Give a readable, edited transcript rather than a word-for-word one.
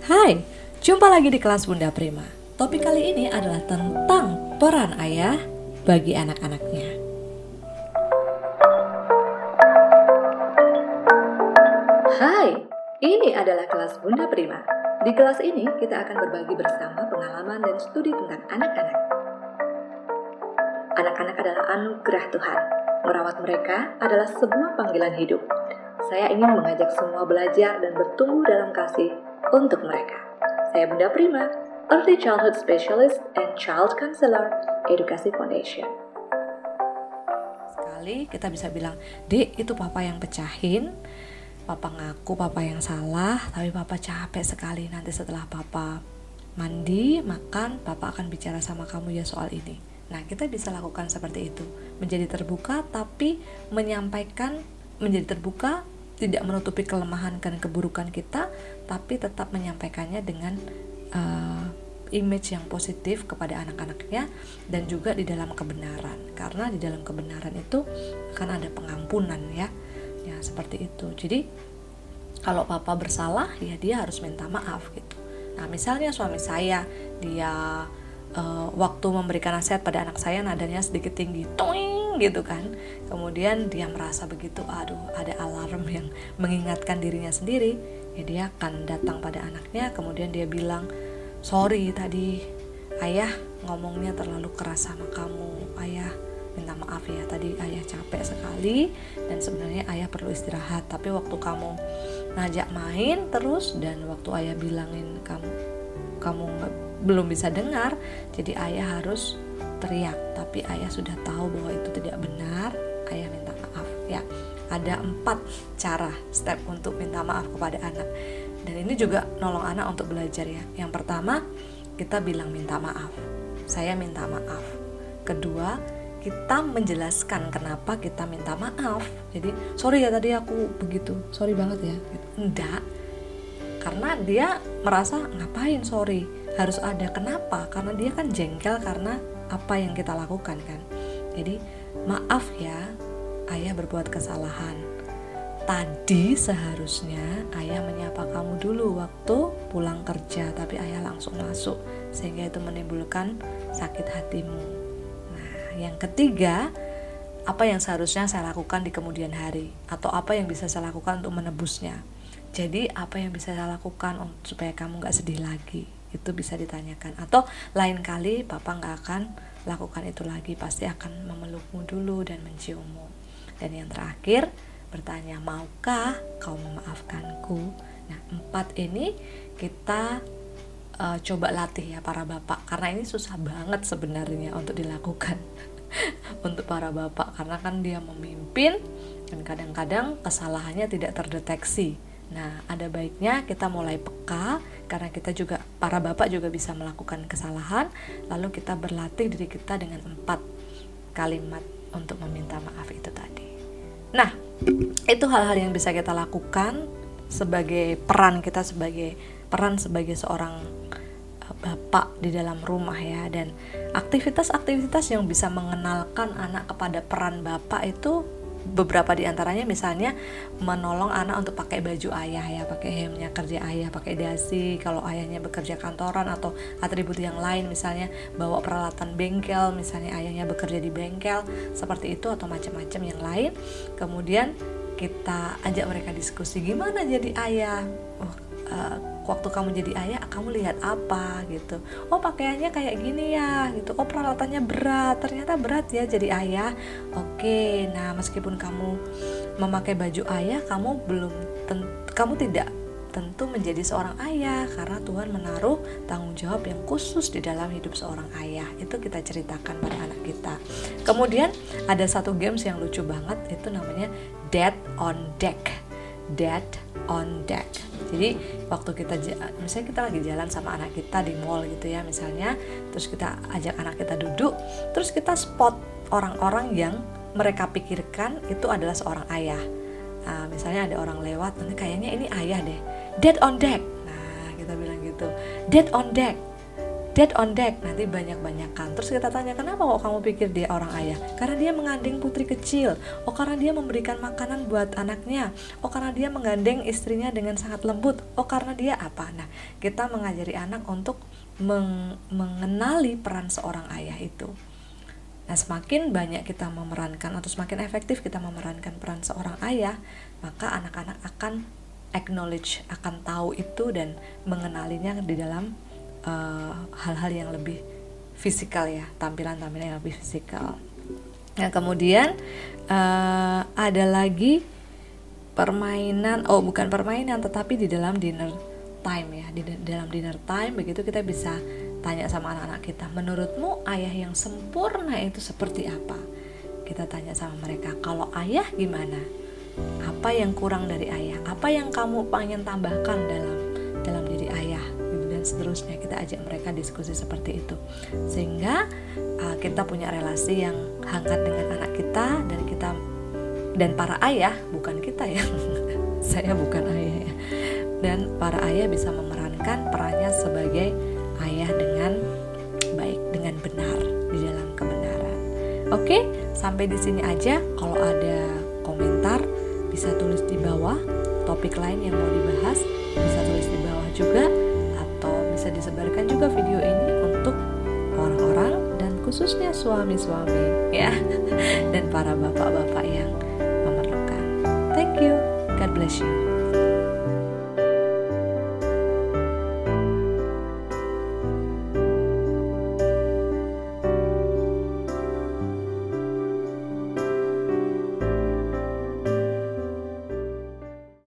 Hai, jumpa lagi di kelas Bunda Prima. Topik kali ini adalah tentang peran ayah bagi anak-anaknya. Hai, ini adalah kelas Bunda Prima. Di kelas ini kita akan berbagi bersama pengalaman dan studi tentang anak-anak. Anak-anak adalah anugerah Tuhan. Merawat mereka adalah sebuah panggilan hidup. Saya ingin mengajak semua belajar dan bertumbuh dalam kasih untuk mereka. Saya Bunda Prima, Early Childhood Specialist and Child Counselor, Edukasi Foundation. Sekali kita bisa bilang, Dek, itu papa yang pecahin, papa ngaku papa yang salah, tapi papa capek sekali. Nanti setelah papa mandi, makan, papa akan bicara sama kamu ya soal ini. Nah, kita bisa lakukan seperti itu, menjadi terbuka tapi menyampaikan, menjadi terbuka, tidak menutupi kelemahan dan keburukan kita, tapi tetap menyampaikannya dengan image yang positif kepada anak-anaknya dan juga di dalam kebenaran, karena di dalam kebenaran itu akan ada pengampunan ya seperti itu. Jadi kalau papa bersalah ya dia harus minta maaf gitu. Nah, misalnya suami saya dia waktu memberikan nasihat pada anak saya nadanya sedikit tinggi, toing gitu kan. Kemudian dia merasa begitu, aduh ada alarm yang mengingatkan dirinya sendiri. Ya dia akan datang pada anaknya, kemudian dia bilang, sorry tadi ayah ngomongnya terlalu keras sama kamu. Ayah minta maaf ya, tadi ayah capek sekali dan sebenarnya ayah perlu istirahat. Tapi waktu kamu ngajak main terus dan waktu ayah bilangin kamu belum bisa dengar, jadi ayah harus teriak, tapi ayah sudah tahu bahwa itu tidak benar, ayah minta maaf ya. Ada 4 cara step untuk minta maaf kepada anak, dan ini juga nolong anak untuk belajar ya. Yang pertama, kita bilang minta maaf, saya minta maaf. Kedua, kita menjelaskan kenapa kita minta maaf. Jadi sorry ya tadi aku begitu, sorry banget ya gitu. Enggak, karena dia merasa ngapain sorry, harus ada kenapa, karena dia kan jengkel karena apa yang kita lakukan kan. Jadi maaf ya, ayah berbuat kesalahan. Tadi seharusnya ayah menyapa kamu dulu waktu pulang kerja, tapi ayah langsung masuk sehingga itu menimbulkan sakit hatimu. Nah, yang ketiga, apa yang seharusnya saya lakukan di kemudian hari, atau apa yang bisa saya lakukan untuk menebusnya. Jadi apa yang bisa saya lakukan supaya kamu gak sedih lagi, itu bisa ditanyakan. Atau lain kali papa gak akan lakukan itu lagi, pasti akan memelukmu dulu dan menciummu. Dan yang terakhir, bertanya, maukah kau memaafkanku? Nah, 4 ini kita coba latih ya para bapak, karena ini susah banget sebenarnya untuk dilakukan untuk para bapak, karena kan dia memimpin dan kadang-kadang kesalahannya tidak terdeteksi. Nah, ada baiknya kita mulai peka, karena kita juga, para bapak juga bisa melakukan kesalahan, lalu kita berlatih diri kita dengan 4 kalimat untuk meminta maaf itu tadi. Nah, itu hal-hal yang bisa kita lakukan sebagai peran kita, sebagai seorang bapak di dalam rumah ya. Dan aktivitas-aktivitas yang bisa mengenalkan anak kepada peran bapak itu beberapa diantaranya, misalnya menolong anak untuk pakai baju ayah ya, pakai helmnya kerja ayah, pakai dasi kalau ayahnya bekerja kantoran, atau atribut yang lain, misalnya bawa peralatan bengkel, misalnya ayahnya bekerja di bengkel seperti itu, atau macam-macam yang lain. Kemudian kita ajak mereka diskusi, gimana jadi ayah, waktu kamu jadi ayah kamu lihat apa gitu, oh pakaiannya kayak gini ya gitu, oh peralatannya berat, ternyata berat ya jadi ayah. Oke, nah meskipun kamu memakai baju ayah, kamu tidak tentu menjadi seorang ayah, karena Tuhan menaruh tanggung jawab yang khusus di dalam hidup seorang ayah. Itu kita ceritakan pada anak kita. Kemudian ada satu games yang lucu banget, itu namanya Dad on Deck. Dad on Deck. Jadi waktu misalnya kita lagi jalan sama anak kita di mall gitu ya misalnya, terus kita ajak anak kita duduk, terus kita spot orang-orang yang mereka pikirkan itu adalah seorang ayah. Nah, misalnya ada orang lewat, nanti kayaknya ini ayah deh, Dad on Deck. Nah, kita bilang gitu, Dad on Deck. dad on deck, nanti banyak-banyakan. Terus kita tanya, kenapa kok kamu pikir dia orang ayah? Karena dia menggandeng putri kecil. Oh, karena dia memberikan makanan buat anaknya. Oh, karena dia menggandeng istrinya dengan sangat lembut. Oh, karena dia apa? Nah, kita mengajari anak untuk mengenali peran seorang ayah itu. Nah, semakin banyak kita memerankan atau semakin efektif kita memerankan peran seorang ayah, maka anak-anak akan acknowledge, akan tahu itu dan mengenalinya di dalam hal-hal yang lebih fisikal ya, tampilan-tampilan yang lebih fisikal. Nah, kemudian ada lagi permainan, bukan permainan tetapi di dalam dinner time ya. Di dalam dinner time begitu kita bisa tanya sama anak-anak kita, menurutmu ayah yang sempurna itu seperti apa? Kita tanya sama mereka, kalau ayah gimana? Apa yang kurang dari ayah? Apa yang kamu pengen tambahkan dalam diri ayah? Dan seterusnya, kita ajak mereka diskusi seperti itu, sehingga kita punya relasi yang hangat dengan anak kita, dan para ayah, bukan kita ya saya bukan ayah ya, dan para ayah bisa memerankan perannya sebagai ayah dengan baik, dengan benar, di dalam kebenaran. Oke, sampai di sini aja. Kalau ada komentar bisa tulis di bawah, topik lain yang mau dibahas bisa tulis di bawah juga, atau bisa disebarkan juga video ini untuk orang-orang dan khususnya suami-suami ya dan para bapak-bapak yang memerlukan. Thank you, God bless you.